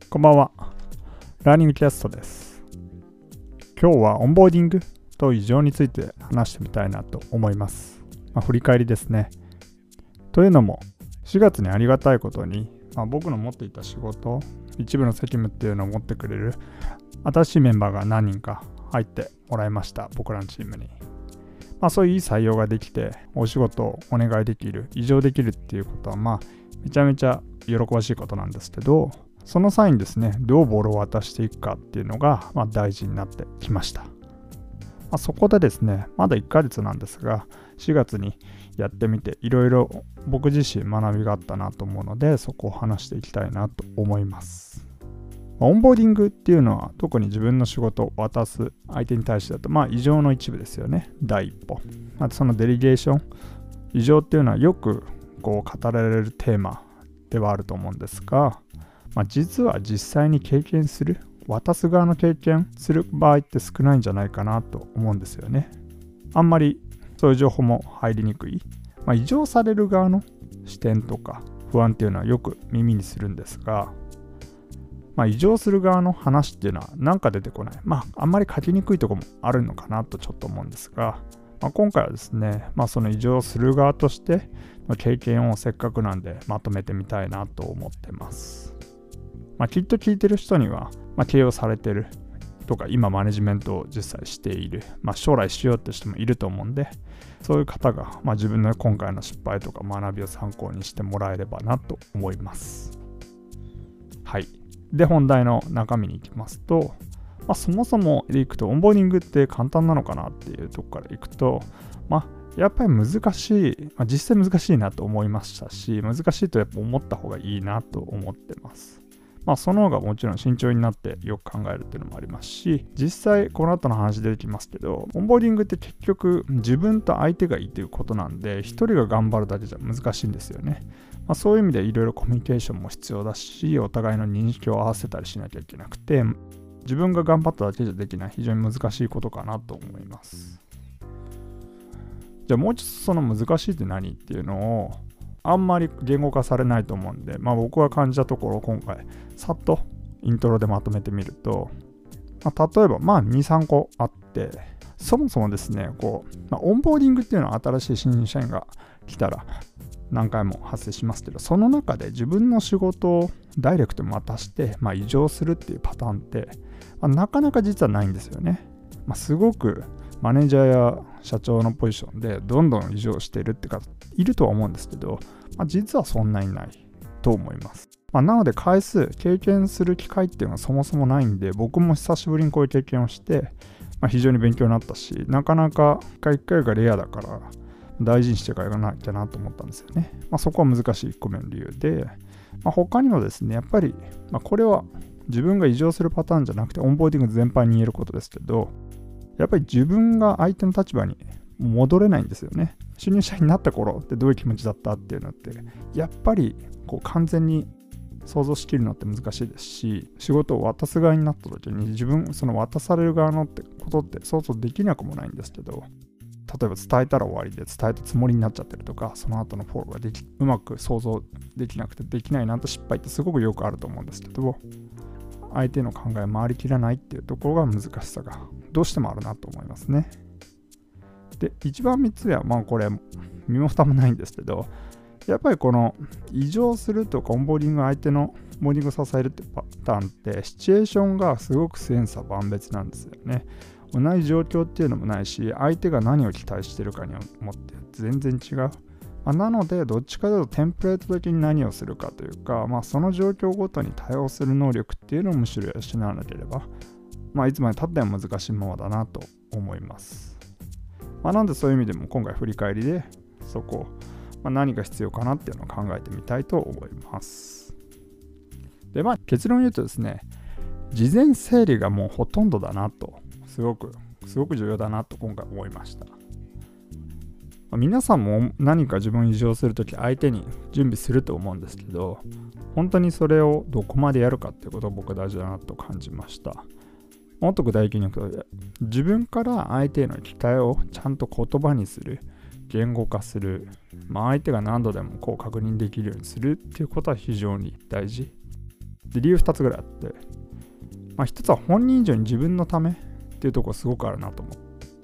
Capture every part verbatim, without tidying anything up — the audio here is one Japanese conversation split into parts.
こんばんは。ラーニングキャストです。今日はオンボーディングと異常について話してみたいなと思います。まあ、振り返りですね。というのも、しがつにありがたいことに、まあ、僕の持っていた仕事、一部の責務っていうのを持ってくれる新しいメンバーが何人か入ってもらいました。僕らのチームに。まあ、そういういい採用ができて、お仕事をお願いできる、異常できるっていうことは、まあ、めちゃめちゃ喜ばしいことなんですけど、その際にですね、どうボールを渡していくかっていうのが、まあ、大事になってきました。まあ、そこでですね、まだいっかげつなんですが、しがつにやってみて、いろいろ僕自身学びがあったなと思うので、そこを話していきたいなと思います。まあ、オンボーディングっていうのは、特に自分の仕事を渡す相手に対してだと、まあ、異常の一部ですよね、第一歩。あとそのデリゲーション、異常っていうのはよくこう語られるテーマではあると思うんですが、まあ、実は実際に経験する、渡す側の経験する場合って少ないんじゃないかなと思うんですよね。あんまりそういう情報も入りにくい。まあ、異常される側の視点とか不安っていうのはよく耳にするんですが、まあ、異常する側の話っていうのはなんか出てこない。まあ、あんまり書きにくいところもあるのかなとちょっと思うんですが、まあ、今回はですね、まあ、その異常する側としての経験をせっかくなんでまとめてみたいなと思ってます。まあ、きっと聞いてる人には、まあ、経営されてるとか、今マネジメントを実際している、まあ、将来しようって人もいると思うんで、そういう方が、まあ、自分の今回の失敗とか学びを参考にしてもらえればなと思います。はい。で、本題の中身に行きますと、まあ、そもそもでいくと、オンボーディングって簡単なのかなっていうところからいくと、まあ、やっぱり難しい、まあ、実際難しいなと思いましたし、難しいとやっぱ思った方がいいなと思ってます。まあ、その方がもちろん慎重になってよく考えるっていうのもありますし、実際この後の話出てきますけど、オンボーディングって結局自分と相手がいいということなんで、一人が頑張るだけじゃ難しいんですよね。まあ、そういう意味でいろいろコミュニケーションも必要だし、お互いの認識を合わせたりしなきゃいけなくて、自分が頑張っただけじゃできない非常に難しいことかなと思います。じゃあもうちょっとその難しいって何っていうのをあんまり言語化されないと思うんで、まあ、僕が感じたところを今回さっとイントロでまとめてみると、まあ、例えばまあに、さんこあって、そもそもですね、こう、まあ、オンボーディングっていうのは新しい新入社員が来たら何回も発生しますけど、その中で自分の仕事をダイレクトに渡して、まあ、異常するっていうパターンって、まあ、なかなか実はないんですよね。まあ、すごくマネージャーや社長のポジションでどんどん異常してるって方いるとは思うんですけど、まあ、実はそんなにないと思います。まあ、なので回数、経験する機会っていうのはそもそもないんで、僕も久しぶりにこういう経験をして、まあ、非常に勉強になったし、なかなか一回一回がレアだから大事にしてからやらなきゃなと思ったんですよね。まあ、そこは難しいいっこめの理由で、まあ、他にもですね、やっぱり、まあ、これは自分が異常するパターンじゃなくて、オンボーディング全般に言えることですけど、やっぱり自分が相手の立場に戻れないんですよね。新入社員になった頃ってどういう気持ちだったっていうのって、やっぱりこう完全に想像しきるのって難しいですし、仕事を渡す側になった時に自分、その渡される側のってことって想像できなくもないんですけど、例えば伝えたら終わりで伝えたつもりになっちゃってるとか、その後のフォローができうまく想像できなくてできないなんて失敗ってすごくよくあると思うんですけど、相手の考え回りきらないっていうところが難しさがどうしてもあるなと思いますね。で、一番みっつ目は、まあこれ身も蓋もないんですけど、やっぱりこの異常するとかオンボーディング、相手のオンボーディングを支えるってパターンってシチュエーションがすごく千差万別なんですよね。同じ状況っていうのもないし、相手が何を期待してるかによって全然違う。まあ、なのでどっちかというとテンプレート的に何をするかというか、まあ、その状況ごとに対応する能力っていうのをむしろ養わなければ、まあ、いつまでたっても難しいものだなと思います。まあ、なのでそういう意味でも今回振り返りでそこを、まあ、何が必要かなっていうのを考えてみたいと思います。で、まあ結論言うとですね、事前整理がもうほとんどだなと、すごくすごく重要だなと今回思いました。皆さんも何か自分を異常するとき相手に準備すると思うんですけど、本当にそれをどこまでやるかっていうことが僕は大事だなと感じました。もっと具体的に言うと、自分から相手への期待をちゃんと言葉にする、言語化する、まあ、相手が何度でもこう確認できるようにするっていうことは非常に大事。 で、理由ふたつぐらいあって、まあ、ひとつは本人以上に自分のためっていうところすごくあるなと思って、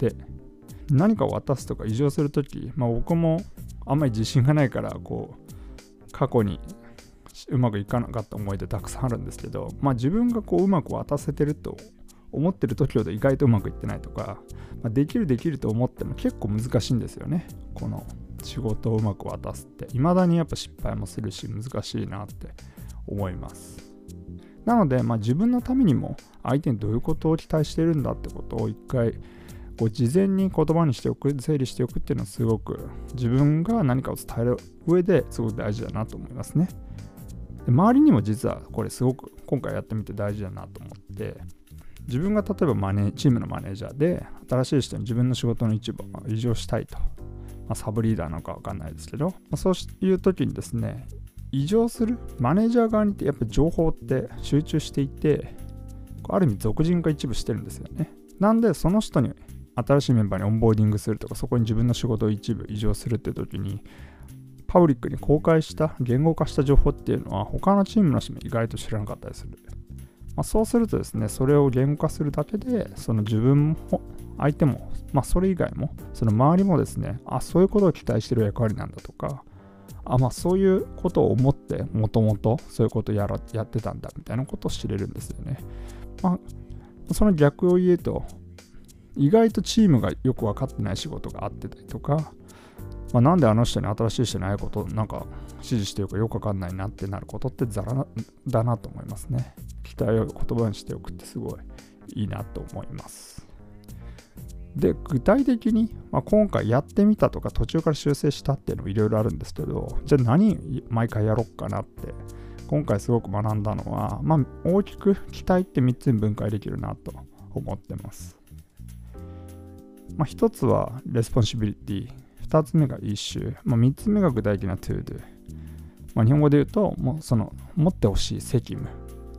何かを渡すとか異常するとき、まあ、僕もあんまり自信がないから、こう、過去にうまくいかなかった思い出たくさんあるんですけど、まあ、自分がこううまく渡せてると思ってる時ほど意外とうまくいってないとか、まあ、できるできると思っても結構難しいんですよね。この仕事をうまく渡すって未だにやっぱ失敗もするし難しいなって思います。なので、まあ、自分のためにも相手にどういうことを期待してるんだってことを一回こう事前に言葉にしておく、整理しておくっていうのはすごく自分が何かを伝える上ですごく大事だなと思いますね。で、周りにも実はこれすごく今回やってみて大事だなと思って、自分が例えばマネチームのマネージャーで新しい人に自分の仕事の一部を移譲したいと、まあ、サブリーダーなのか分かんないですけど、まあ、そういう時にですね、移譲するマネージャー側にってやっぱり情報って集中していて、ある意味俗人化一部してるんですよね。なんでその人に新しいメンバーにオンボーディングするとか、そこに自分の仕事を一部移譲するって時にパブリックに公開した言語化した情報っていうのは他のチームの人も意外と知らなかったりする。まあ、そうするとですね、それを言語化するだけで、その自分も相手も、まあ、それ以外もその周りもですね、あ、そういうことを期待してる役割なんだとか、あ、まあそういうことを思ってもともとそういうことをやらやってたんだみたいなことを知れるんですよね。まあ、その逆を言うと、意外とチームがよく分かってない仕事があってたりとか、まあ、なんであの人に新しい人にああいうことなんか指示してるかよく分かんないなってなることってザラなだなと思いますね。期待を言葉にしておくってすごいいいなと思います。で、具体的に、まあ、今回やってみたとか途中から修正したっていうのもいろいろあるんですけど、じゃあ何毎回やろっかなって今回すごく学んだのは、まあ、大きく期待ってみっつに分解できるなと思ってます。まあ、ひとつはレスポンシビリティ、ふたつめがイシュー、まあ、みっつめが具体的な to do、まあ、日本語で言うともうその持ってほしい責務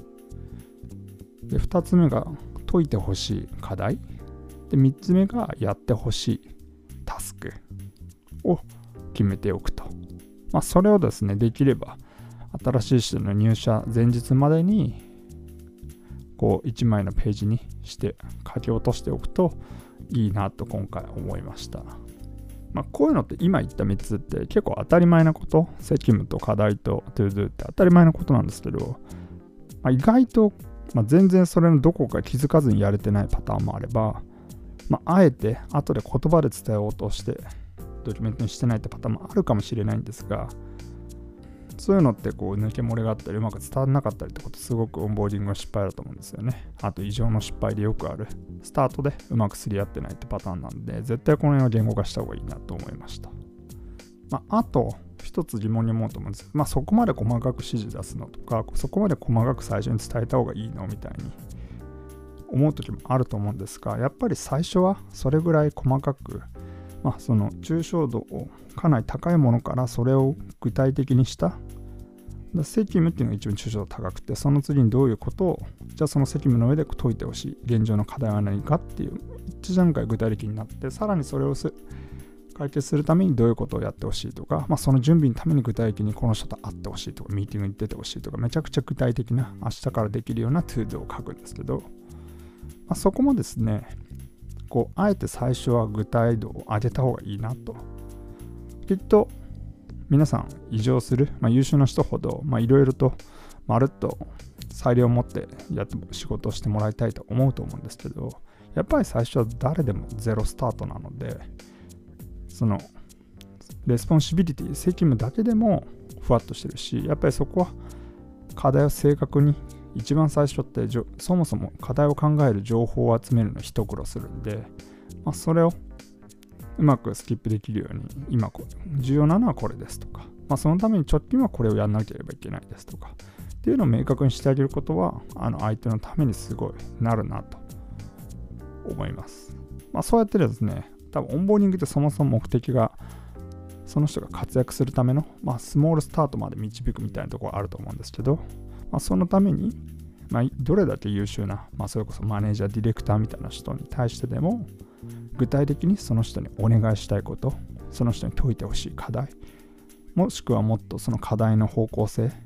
で、ふたつめが解いてほしい課題で、みっつめがやってほしいタスクを決めておくと。まあ、それをですね、できれば新しい人の入社前日までにこういちまいのページにして書き落としておくといいなと今回思いました。まあ、こういうのって今言ったみっつって結構当たり前なこと、責務と課題と to do って当たり前なことなんですけど、まあ、意外と、まあ、全然それのどこか気づかずにやれてないパターンもあれば、まあ、あえて後で言葉で伝えようとしてドキュメントにしてないってパターンもあるかもしれないんですが、そういうのってこう抜け漏れがあったりうまく伝わらなかったりってことすごくオンボーディングの失敗だと思うんですよね。あと異常の失敗でよくあるスタートでうまくすり合ってないってパターンなんで、絶対この辺は言語化した方がいいなと思いました。まあ、あと一つ疑問に思うと思うんですけど、まあ、そこまで細かく指示出すのとか、そこまで細かく最初に伝えた方がいいのみたいに思う時もあると思うんですが、やっぱり最初はそれぐらい細かく、まあ、その抽象度をかなり高いものからそれを具体的にした責務っていうのが一番抽象度高くて、その次にどういうことをじゃあその責務の上で解いてほしい現状の課題は何かっていう一段階具体的になって、さらにそれを解決するためにどういうことをやってほしいとか、まあ、その準備のために具体的にこの人と会ってほしいとかミーティングに出てほしいとか、めちゃくちゃ具体的な明日からできるようなトゥードを書くんですけど、まあ、そこもですね、こうあえて最初は具体度を上げた方がいいなと。きっと皆さん異常する、まあ、優秀な人ほどいろいろとまるっと裁量を持ってやって仕事をしてもらいたいと思うと思うんですけど、やっぱり最初は誰でもゼロスタートなので、そのレスポンシビリティ責務だけでもふわっとしてるし、やっぱりそこは課題を正確に一番最初ってそもそも課題を考える情報を集めるの一苦労するんで、まあ、それをうまくスキップできるように今重要なのはこれですとか、まあ、そのために直近はこれをやらなければいけないですとかっていうのを明確にしてあげることはあの相手のためにすごいなるなと思います。まあ、そうやってですね、多分オンボーディングってそもそも目的がその人が活躍するための、まあ、スモールスタートまで導くみたいなところあると思うんですけど、まあ、そのために、まあ、どれだけ優秀な、まあ、それこそマネージャーディレクターみたいな人に対してでも具体的にその人にお願いしたいこと、その人に解いてほしい課題、もしくはもっとその課題の方向性、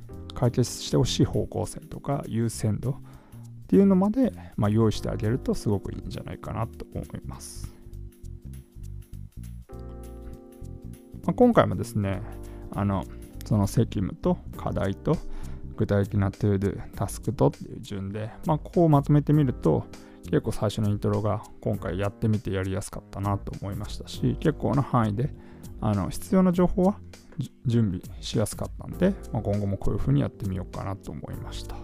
解決してほしい方向性とか優先度っていうのまで、まあ、用意してあげるとすごくいいんじゃないかなと思います。まあ、今回もですね、あのその責務と課題と具体的な To Do、タスクとっていう順で、まあ、ここをまとめてみると結構最初のイントロが今回やってみてやりやすかったなと思いましたし、結構な範囲であの必要な情報は準備しやすかったんで、まあ、今後もこういう風にやってみようかなと思いました。はい。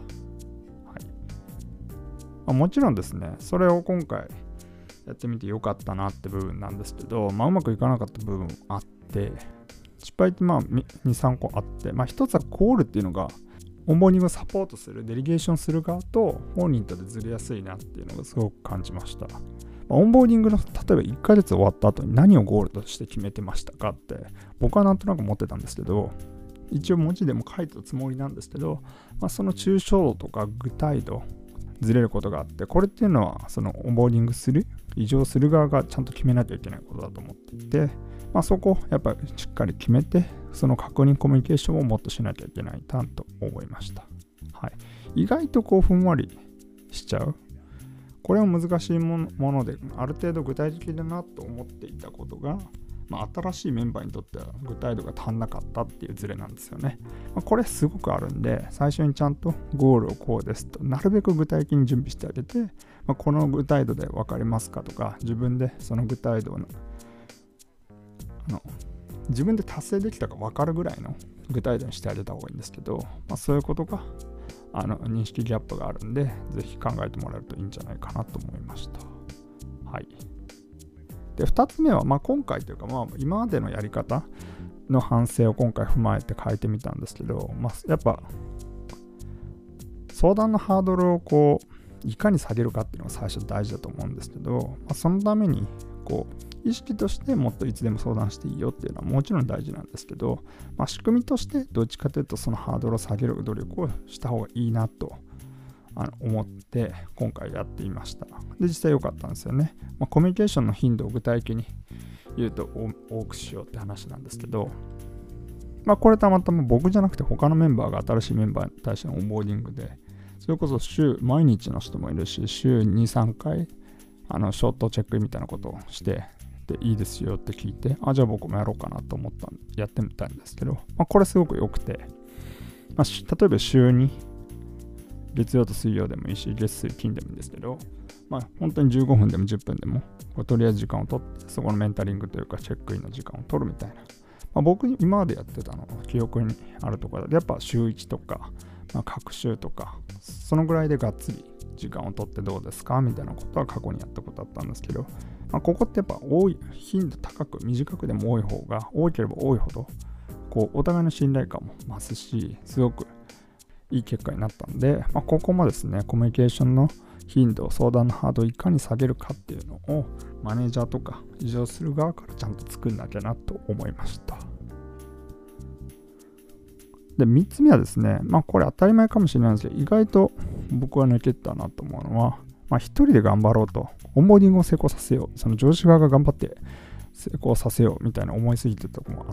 まあ、もちろんですね、それを今回やってみてよかったなって部分なんですけど、まあ、うまくいかなかった部分あって、失敗ってまあに、さんこあって、まあ、一つはゴールっていうのがオンボーディングをサポートする、デリゲーションする側と本人とでずれやすいなっていうのがすごく感じました。まあ、オンボーディングの例えばいっかげつ終わった後に何をゴールとして決めてましたかって僕はなんとなく思ってたんですけど、一応文字でも書いたつもりなんですけど、まあ、その抽象度とか具体度ずれることがあって、これっていうのはそのオンボーディングする、異常する側がちゃんと決めなきゃいけないことだと思っていて、まあ、そこをやっぱりしっかり決めて、その確認コミュニケーションをもっとしなきゃいけないなと思いました。はい、意外とこうふんわりしちゃう。これは難しいもので、ある程度具体的だなと思っていたことが、まあ、新しいメンバーにとっては具体度が足んなかったっていうズレなんですよね。まあ、これすごくあるんで、最初にちゃんとゴールをこうですと、なるべく具体的に準備してあげて、まあ、この具体度で分かりますかとか、自分でその具体度のあの自分で達成できたか分かるぐらいの具体度にしてあげた方がいいんですけど、まあ、そういうことがあの認識ギャップがあるんで、ぜひ考えてもらえるといいんじゃないかなと思いました。はい。で、ふたつめは、まあ、今回というか、まあ、今までのやり方の反省を今回踏まえて変えてみたんですけど、まあ、やっぱ相談のハードルをこういかに下げるかっていうのが最初大事だと思うんですけど、まあ、そのためにこう意識としてもっといつでも相談していいよっていうのはもちろん大事なんですけど、まあ、仕組みとしてどっちかというとそのハードルを下げる努力をした方がいいなとあの思って今回やっていました。で、実際良かったんですよね。まあ、コミュニケーションの頻度を具体的に言うと多くしようって話なんですけど、まあ、これたまたま僕じゃなくて他のメンバーが新しいメンバーに対してのオンボーディングで、それこそ週毎日の人もいるし、週に、さんかいあのショートチェックみたいなことをしてでいいですよって聞いて、あ、じゃあ僕もやろうかなと思ったんでやってみたんですけど、まあ、これすごく良くて、まあ、例えば週に月曜と水曜でもいいし、月水金でもいいんですけど、まあ、本当にじゅうごふんでもじゅっぷんでもこうとりあえず時間を取って、そこのメンタリングというかチェックインの時間を取るみたいな、まあ、僕今までやってたの記憶にあるところでやっぱ週いちとか、まあ、各週とかそのぐらいでがっつり時間を取ってどうですかみたいなことは過去にやったことあったんですけど、まあ、ここってやっぱ多い頻度高く短くでも多い方が多ければ多いほどこうお互いの信頼感も増すし、すごくいい結果になったんで、まあ、ここもですねコミュニケーションの頻度、相談のハードをいかに下げるかっていうのをマネージャーとか異常する側からちゃんと作んなきゃなと思いました。で、みっつめはですね、まあこれ当たり前かもしれないんですけど、意外と僕は抜けたなと思うのは、まあ一人で頑張ろうと、オンボーディングを成功させよう、その上司側が頑張って成功させようみたいな思いすぎてたところもあって、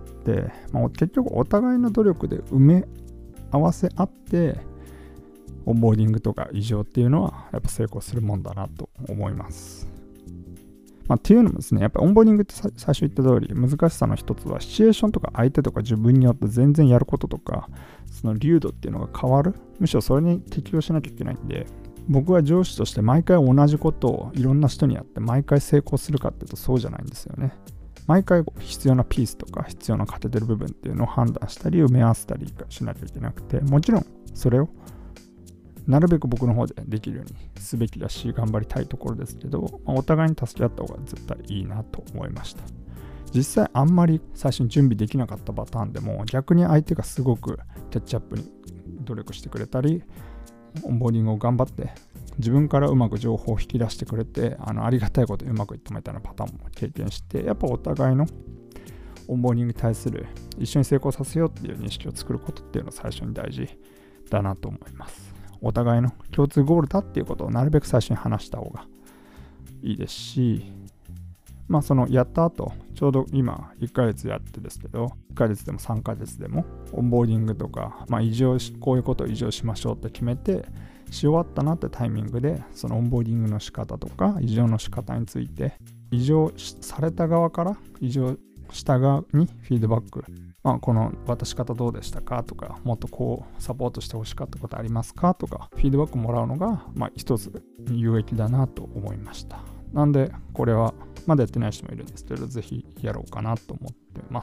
まあ、結局お互いの努力で埋め合わせ合って、オンボーディングとか異常っていうのはやっぱ成功するもんだなと思います。まあ、っていうのもですね、やっぱりオンボーディングって最初言った通り難しさの一つはシチュエーションとか相手とか自分によって全然やることとかその流度っていうのが変わる。むしろそれに適応しなきゃいけないんで、僕は上司として毎回同じことをいろんな人にやって毎回成功するかっていうとそうじゃないんですよね。毎回必要なピースとか必要な欠けてる部分っていうのを判断したり埋め合わせたりしなきゃいけなくて、もちろんそれをなるべく僕の方でできるようにすべきだし頑張りたいところですけど、まあ、お互いに助け合った方が絶対いいなと思いました。実際あんまり最初に準備できなかったパターンでも逆に相手がすごくキャッチアップに努力してくれたりオンボーディングを頑張って自分からうまく情報を引き出してくれて あのありがたいことにうまくいったみたいなパターンも経験して、やっぱお互いのオンボーディングに対する一緒に成功させようっていう認識を作ることっていうのが最初に大事だなと思います。お互いの共通ゴールだっていうことをなるべく最初に話した方がいいですし、 まあそのやった後、ちょうど今いっかげつやってですけど、いっかげつでもさんかげつでもオンボーディングとか、まあ異常し、こういうことを異常しましょうって決めて、し終わったなってタイミングで、そのオンボーディングの仕方とか、異常の仕方について、異常された側から異常した側にフィードバック、まあ、この渡し方どうでしたかとか、もっとこうサポートしてほしかったことありますかとか、フィードバックもらうのが、まあ、一つ有益だなと思いました。なんで、これはまだやってない人もいるんですけど、ぜひやろうかなと思ってます。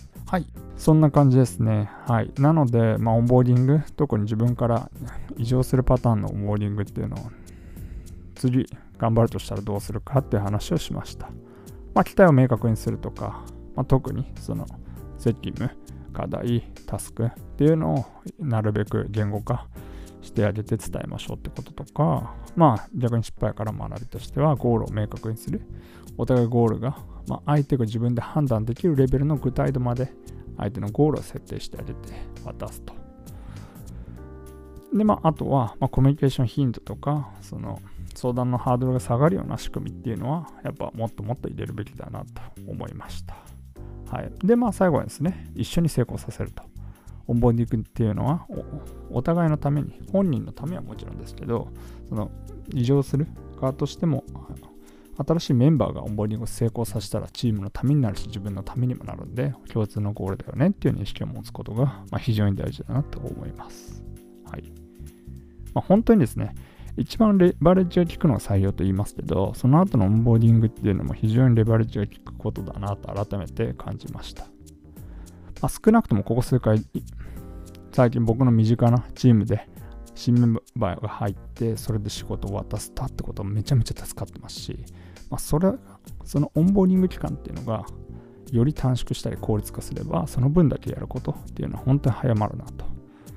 はい。そんな感じですね。はい。なので、まあ、オンボーディング、特に自分から異常するパターンのオンボーディングっていうのを、次、頑張るとしたらどうするかっていう話をしました。まあ、期待を明確にするとか、まあ、特にその責務、課題、タスクっていうのをなるべく言語化してあげて伝えましょうってこととか、まあ逆に失敗から学びとしてはゴールを明確にする。お互いゴールが、まあ、相手が自分で判断できるレベルの具体度まで相手のゴールを設定してあげて渡すと。で、まああとは、まあ、コミュニケーション頻度とか、その相談のハードルが下がるような仕組みっていうのはやっぱもっともっと入れるべきだなと思いました。はい。で、まあ最後はですね、一緒に成功させると。オンボーディングっていうのはお、お互いのために、本人のためはもちろんですけど、その異常する側としても、新しいメンバーがオンボーディングを成功させたらチームのためになるし、自分のためにもなるんで、共通のゴールだよねっていう認識を持つことが、まあ、非常に大事だなと思います。はい。まあ、本当にですね、一番レバレッジが効くのは採用と言いますけど、その後のオンボーディングっていうのも非常にレバレッジが効くことだなと改めて感じました。まあ、少なくともここ数回、最近僕の身近なチームで新メンバーが入って、それで仕事を渡したってことはめちゃめちゃ助かってますし、まあ、それ、そのオンボーディング期間っていうのがより短縮したり効率化すれば、その分だけやることっていうのは本当に早まるなと。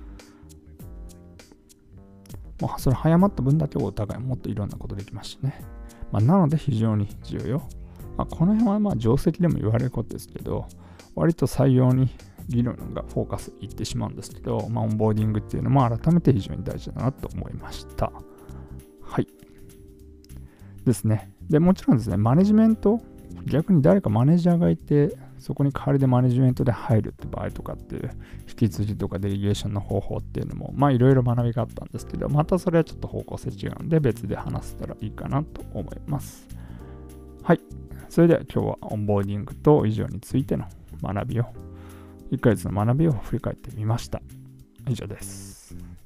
まあ、それ早まった分だけお互いもっといろんなことできますしね。まあ、なので非常に重要。まあ、この辺はまあ定石でも言われることですけど、割と採用に議論がフォーカスいってしまうんですけど、まあ、オンボーディングっていうのも改めて非常に大事だなと思いました。はい。ですね。で、もちろんですね、マネジメント、逆に誰かマネージャーがいて、そこに代わりでマネジメントで入るって場合とかっていう、引き継ぎとかデリゲーションの方法っていうのも、まあいろいろ学びがあったんですけど、またそれはちょっと方向性違うんで、別で話せたらいいかなと思います。はい。それでは今日はオンボーディングと以上についての学びを、いっかげつの学びを振り返ってみました。以上です。